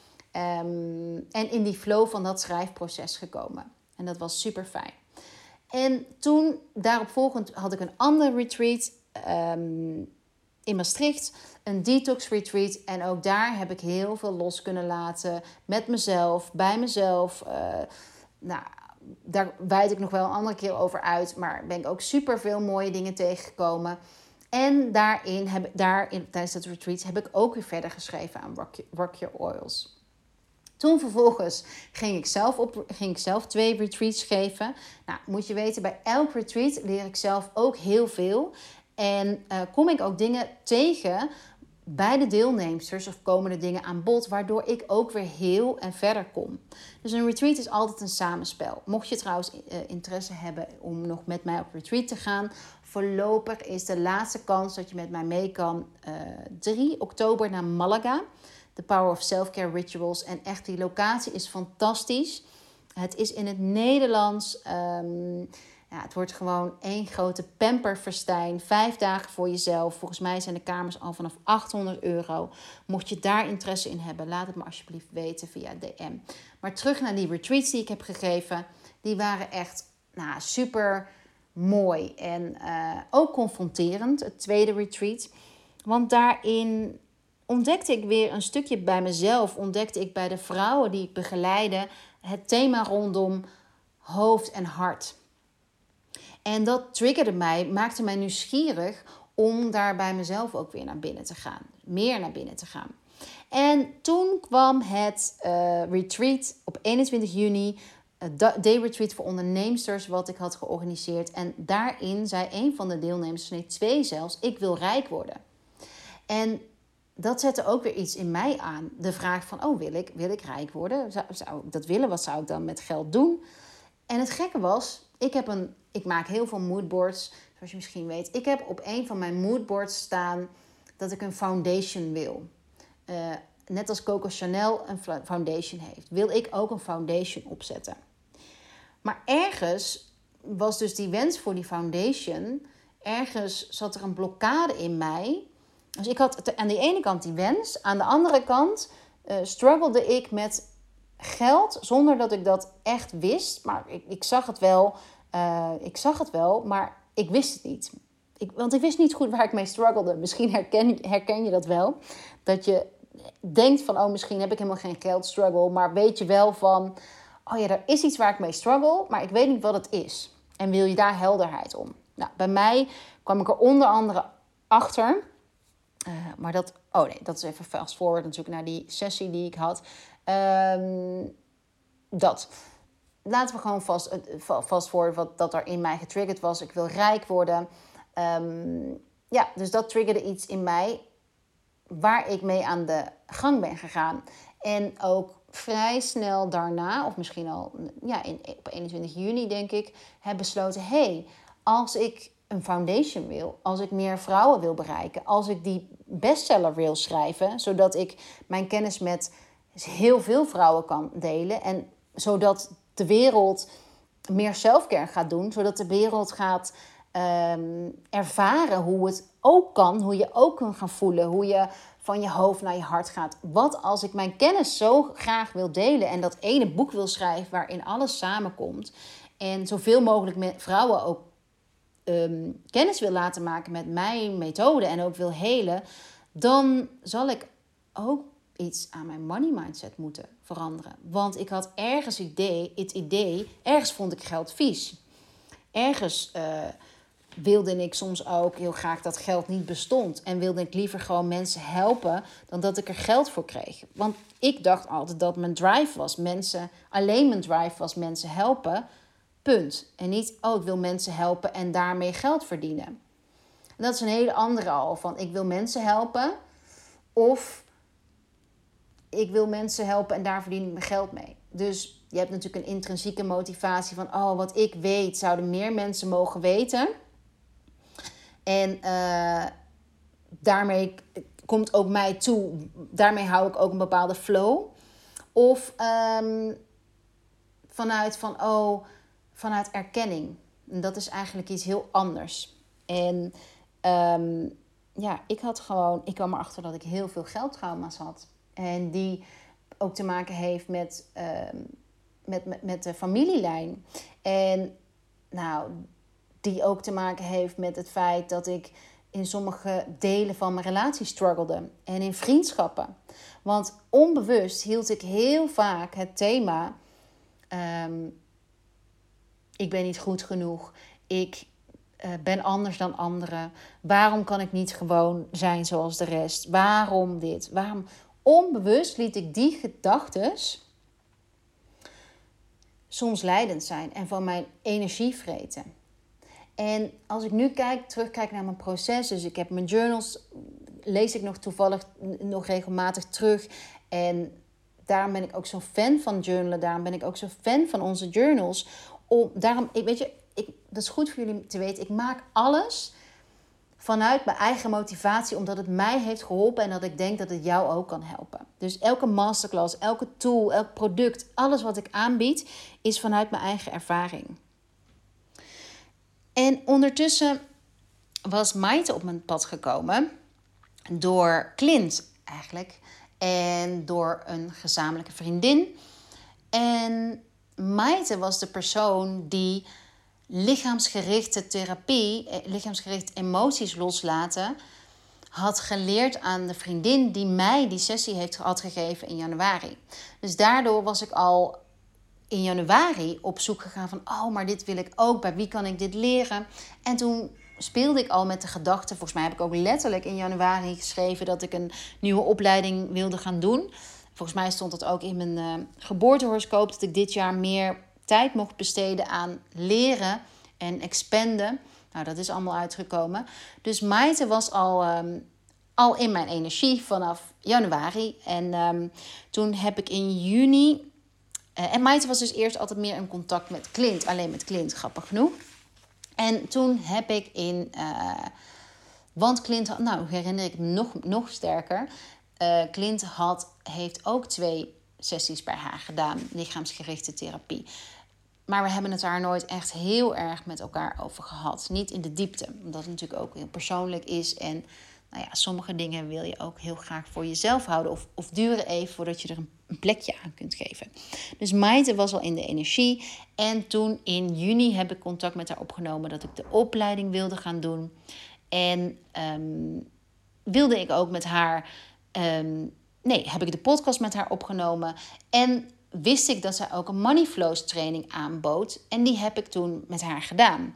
Um, en in die flow van dat schrijfproces gekomen. En dat was super fijn. En toen, daarop volgend, had ik een ander retreat um, in Maastricht. Een detox retreat. En ook daar heb ik heel veel los kunnen laten. Met mezelf, bij mezelf. Uh, nou, daar wijd ik nog wel een andere keer over uit. Maar ben ik ook super veel mooie dingen tegengekomen. En daarin heb, daarin, tijdens dat retreat heb ik ook weer verder geschreven aan Rock, Rock Your Oils. Toen vervolgens ging ik, zelf op, ging ik zelf twee retreats geven. Nou, moet je weten, bij elk retreat leer ik zelf ook heel veel. En uh, kom ik ook dingen tegen bij de deelnemsters of komen er dingen aan bod, waardoor ik ook weer heel en verder kom. Dus een retreat is altijd een samenspel. Mocht je trouwens uh, interesse hebben om nog met mij op retreat te gaan, voorlopig is de laatste kans dat je met mij mee kan uh, drie oktober naar Malaga. The Power of Self-Care Rituals. En echt, die locatie is fantastisch. Het is in het Nederlands. Um, ja, het wordt gewoon één grote pamperfestijn. Vijf dagen voor jezelf. Volgens mij zijn de kamers al vanaf achthonderd euro. Mocht je daar interesse in hebben, laat het me alsjeblieft weten via D M. Maar terug naar die retreats die ik heb gegeven. Die waren echt nou, super mooi. En uh, ook confronterend, het tweede retreat. Want daarin ontdekte ik weer een stukje bij mezelf. Ontdekte ik bij de vrouwen die ik begeleide het thema rondom hoofd en hart. En dat triggerde mij, maakte mij nieuwsgierig om daar bij mezelf ook weer naar binnen te gaan. Meer naar binnen te gaan. En toen kwam het uh, retreat op eenentwintig juni. Een day retreat voor onderneemsters wat ik had georganiseerd. En daarin zei een van de deelnemers, nee twee zelfs, ik wil rijk worden. En dat zette ook weer iets in mij aan. De vraag van, oh, wil ik, wil ik rijk worden? Zou, zou ik dat willen? Wat zou ik dan met geld doen? En het gekke was, ik, heb een, ik maak heel veel moodboards, zoals je misschien weet. Ik heb op een van mijn moodboards staan dat ik een foundation wil. Uh, net als Coco Chanel een foundation heeft, wil ik ook een foundation opzetten. Maar ergens was dus die wens voor die foundation, ergens zat er een blokkade in mij. Dus ik had aan de ene kant die wens, aan de andere kant uh, struggelde ik met geld zonder dat ik dat echt wist. Maar ik, ik zag het wel, uh, ik zag het wel, maar ik wist het niet. Ik, want ik wist niet goed waar ik mee struggelde. Misschien herken, herken je dat wel. Dat je denkt van, oh, misschien heb ik helemaal geen geldstruggle. Maar weet je wel van, oh ja, er is iets waar ik mee struggle, maar ik weet niet wat het is. En wil je daar helderheid om? Nou, bij mij kwam ik er onder andere achter. Uh, maar dat, oh nee, dat is even fast forward natuurlijk naar die sessie die ik had. Um, dat. Laten we gewoon vast, vast forward wat dat er in mij getriggerd was. Ik wil rijk worden. Um, ja, dus dat triggerde iets in mij waar ik mee aan de gang ben gegaan. En ook vrij snel daarna, of misschien al ja, in, op eenentwintig juni denk ik, heb besloten, hé, hey, als ik een foundation wil, als ik meer vrouwen wil bereiken, als ik die bestseller wil schrijven, zodat ik mijn kennis met heel veel vrouwen kan delen en zodat de wereld meer selfcare gaat doen, zodat de wereld gaat um, ervaren hoe het ook kan, hoe je ook kan gaan voelen, hoe je van je hoofd naar je hart gaat. Wat als ik mijn kennis zo graag wil delen en dat ene boek wil schrijven waarin alles samenkomt en zoveel mogelijk met vrouwen ook um, kennis wil laten maken met mijn methode en ook wil helen, dan zal ik ook iets aan mijn money mindset moeten veranderen. Want ik had ergens idee, het idee, ergens vond ik geld vies. Ergens uh, wilde ik soms ook heel graag dat geld niet bestond. En wilde ik liever gewoon mensen helpen dan dat ik er geld voor kreeg. Want ik dacht altijd dat mijn drive was mensen, alleen mijn drive was mensen helpen. Punt. En niet, oh, ik wil mensen helpen en daarmee geld verdienen. En dat is een hele andere al. Van ik wil mensen helpen of ik wil mensen helpen en daar verdien ik mijn geld mee. Dus je hebt natuurlijk een intrinsieke motivatie van, oh, wat ik weet, zouden meer mensen mogen weten. En uh, daarmee komt ook mij toe. Daarmee hou ik ook een bepaalde flow. Of um, vanuit van, oh, vanuit erkenning. En dat is eigenlijk iets heel anders. En um, ja, ik had gewoon, ik kwam erachter dat ik heel veel geldtrauma's had. En die ook te maken heeft met, um, met, met, met de familielijn. En nou, die ook te maken heeft met het feit dat ik in sommige delen van mijn relatie struggelde. En in vriendschappen. Want onbewust hield ik heel vaak het thema... Um, ik ben niet goed genoeg. Ik uh, ben anders dan anderen. Waarom kan ik niet gewoon zijn zoals de rest? Waarom dit? Waarom? Onbewust liet ik die gedachtes soms leidend zijn. En van mijn energie vreten. En als ik nu kijk, terugkijk naar mijn proces. Dus ik heb mijn journals, lees ik nog toevallig nog regelmatig terug. En daarom ben ik ook zo'n fan van journalen. Daarom ben ik ook zo'n fan van onze journals. Om, daarom, ik, weet je, ik, dat is goed voor jullie te weten. Ik maak alles vanuit mijn eigen motivatie. Omdat het mij heeft geholpen. En dat ik denk dat het jou ook kan helpen. Dus elke masterclass, elke tool, elk product. Alles wat ik aanbied is vanuit mijn eigen ervaring. En ondertussen was Maite op mijn pad gekomen. Door Clint eigenlijk. En door een gezamenlijke vriendin. En Maite was de persoon die lichaamsgerichte therapie, lichaamsgericht emoties loslaten, had geleerd aan de vriendin die mij die sessie heeft had gegeven in januari. Dus daardoor was ik al in januari op zoek gegaan van, oh, maar dit wil ik ook. Bij wie kan ik dit leren? En toen speelde ik al met de gedachte, volgens mij heb ik ook letterlijk in januari geschreven dat ik een nieuwe opleiding wilde gaan doen. Volgens mij stond dat ook in mijn uh, geboortehoroscoop, dat ik dit jaar meer tijd mocht besteden aan leren en expanden. Nou, dat is allemaal uitgekomen. Dus Maite was al, um, al in mijn energie vanaf januari. En um, toen heb ik in juni... Uh, en Maite was dus eerst altijd meer in contact met Clint. Alleen met Clint, grappig genoeg. En toen heb ik in... Uh, want Clint had... Nou, herinner ik me nog, nog sterker. Uh, Clint had, heeft ook twee sessies bij haar gedaan. Lichaamsgerichte therapie. Maar we hebben het daar nooit echt heel erg met elkaar over gehad. Niet in de diepte. Omdat het natuurlijk ook heel persoonlijk is. En nou ja, sommige dingen wil je ook heel graag voor jezelf houden. Of, of duren even voordat je er een, een plekje aan kunt geven. Dus Maite was al in de energie. En toen in juni heb ik contact met haar opgenomen dat ik de opleiding wilde gaan doen. En um, wilde ik ook met haar... Um, nee, heb ik de podcast met haar opgenomen. En wist ik dat zij ook een Money Flows training aanbood. En die heb ik toen met haar gedaan.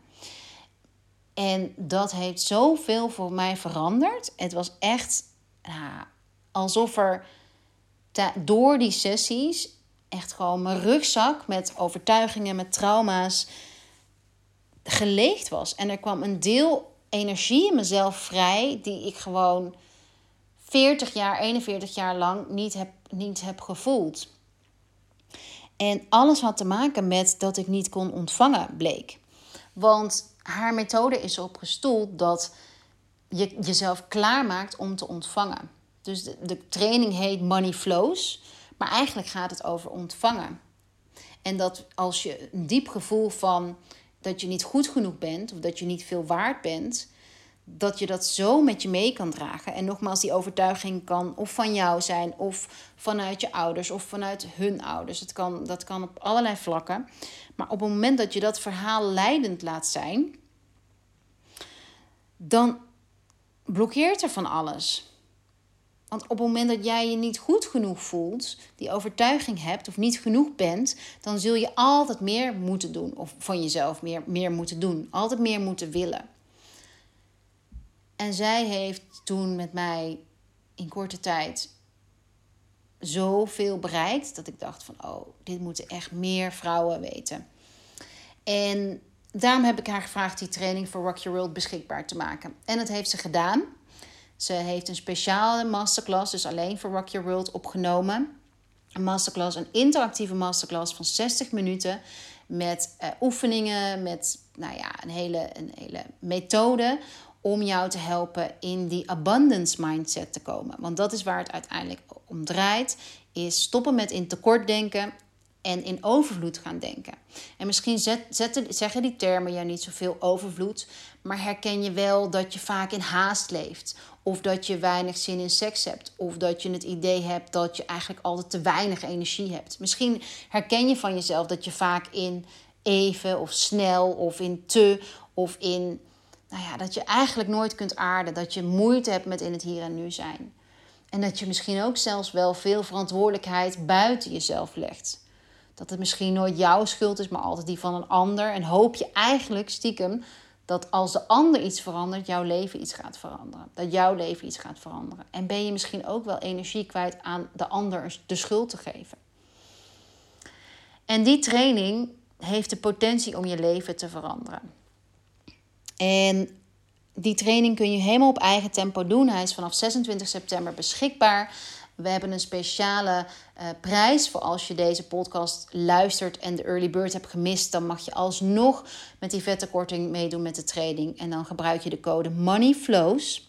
En dat heeft zoveel voor mij veranderd. Het was echt nou, alsof er ta- door die sessies echt gewoon mijn rugzak met overtuigingen, met trauma's geleegd was. En er kwam een deel energie in mezelf vrij die ik gewoon veertig jaar, eenenveertig jaar lang niet heb, niet heb gevoeld. En alles had te maken met dat ik niet kon ontvangen, bleek. Want haar methode is erop gestoeld dat je jezelf klaarmaakt om te ontvangen. Dus de, de training heet Money Flows. Maar eigenlijk gaat het over ontvangen. En dat als je een diep gevoel van dat je niet goed genoeg bent, of dat je niet veel waard bent, dat je dat zo met je mee kan dragen. En nogmaals, die overtuiging kan of van jou zijn, of vanuit je ouders, of vanuit hun ouders. Het kan, dat kan op allerlei vlakken. Maar op het moment dat je dat verhaal leidend laat zijn, dan blokkeert er van alles. Want op het moment dat jij je niet goed genoeg voelt, die overtuiging hebt of niet genoeg bent, dan zul je altijd meer moeten doen. Of van jezelf meer, meer moeten doen. Altijd meer moeten willen. En zij heeft toen met mij in korte tijd zoveel bereikt dat ik dacht van, oh, dit moeten echt meer vrouwen weten. En daarom heb ik haar gevraagd die training voor Rock Your World beschikbaar te maken. En dat heeft ze gedaan. Ze heeft een speciale masterclass, dus alleen voor Rock Your World, opgenomen. Een masterclass, een interactieve masterclass van zestig minuten met uh, oefeningen, met nou ja, een hele, een hele methode om jou te helpen in die abundance mindset te komen. Want dat is waar het uiteindelijk om draait. Is stoppen met in tekort denken en in overvloed gaan denken. En misschien zet, zetten, zeggen die termen jou niet zoveel overvloed. Maar herken je wel dat je vaak in haast leeft. Of dat je weinig zin in seks hebt. Of dat je het idee hebt dat je eigenlijk altijd te weinig energie hebt. Misschien herken je van jezelf dat je vaak in even of snel of in te of in... Nou ja, dat je eigenlijk nooit kunt aarden. Dat je moeite hebt met in het hier en nu zijn. En dat je misschien ook zelfs wel veel verantwoordelijkheid buiten jezelf legt. Dat het misschien nooit jouw schuld is, maar altijd die van een ander. En hoop je eigenlijk stiekem dat als de ander iets verandert, jouw leven iets gaat veranderen. Dat jouw leven iets gaat veranderen. En ben je misschien ook wel energie kwijt aan de ander de schuld te geven. En die training heeft de potentie om je leven te veranderen. En die training kun je helemaal op eigen tempo doen. Hij is vanaf zesentwintig september beschikbaar. We hebben een speciale uh, prijs voor als je deze podcast luistert en de early bird hebt gemist. Dan mag je alsnog met die vette korting meedoen met de training. En dan gebruik je de code MONEYFLOWS.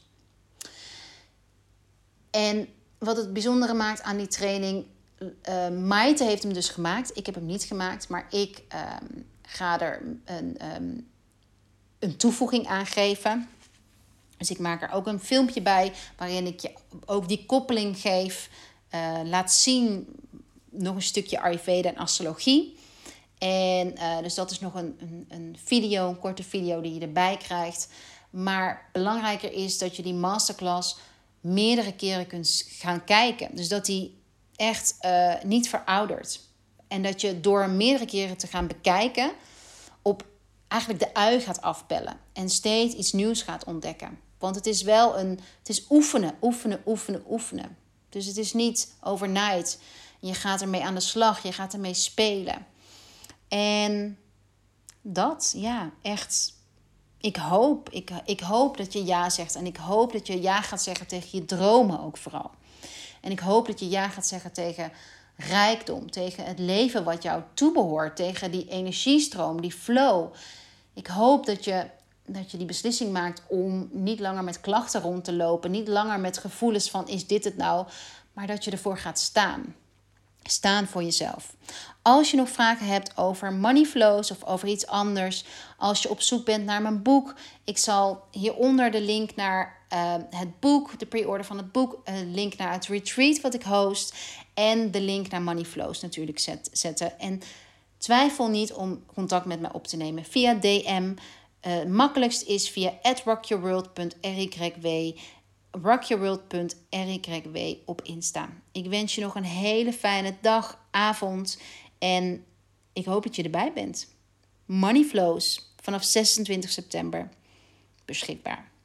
En wat het bijzondere maakt aan die training... Uh, Maite heeft hem dus gemaakt. Ik heb hem niet gemaakt, maar ik um, ga er een, um, een toevoeging aan geven. Dus ik maak er ook een filmpje bij waarin ik je ook die koppeling geef. Uh, laat zien nog een stukje Ayurveda en astrologie. En uh, dus dat is nog een, een, een video, een korte video die je erbij krijgt. Maar belangrijker is dat je die masterclass meerdere keren kunt gaan kijken. Dus dat die echt uh, niet veroudert. En dat je door meerdere keren te gaan bekijken op eigenlijk de ui gaat afbellen. En steeds iets nieuws gaat ontdekken. Want het is wel een... Het is oefenen, oefenen, oefenen, oefenen. Dus het is niet overnight. Je gaat ermee aan de slag. Je gaat ermee spelen. En dat, ja, echt... Ik hoop, ik, ik hoop dat je ja zegt. En ik hoop dat je ja gaat zeggen tegen je dromen ook vooral. En ik hoop dat je ja gaat zeggen tegen rijkdom. Tegen het leven wat jou toebehoort. Tegen die energiestroom, die flow. Ik hoop dat je... dat je die beslissing maakt om niet langer met klachten rond te lopen. Niet langer met gevoelens van, is dit het nou? Maar dat je ervoor gaat staan. Staan voor jezelf. Als je nog vragen hebt over money flows of over iets anders. Als je op zoek bent naar mijn boek. Ik zal hieronder de link naar uh, het boek, de pre-order van het boek. Een link naar het retreat wat ik host. En de link naar money flows natuurlijk zet, zetten. En twijfel niet om contact met mij op te nemen via D M. Het uh, makkelijkst is via at rockyourworld dot r y w, rockyourworld dot r y w op Insta. Ik wens je nog een hele fijne dag, avond en ik hoop dat je erbij bent. Money Flows vanaf zesentwintig september beschikbaar.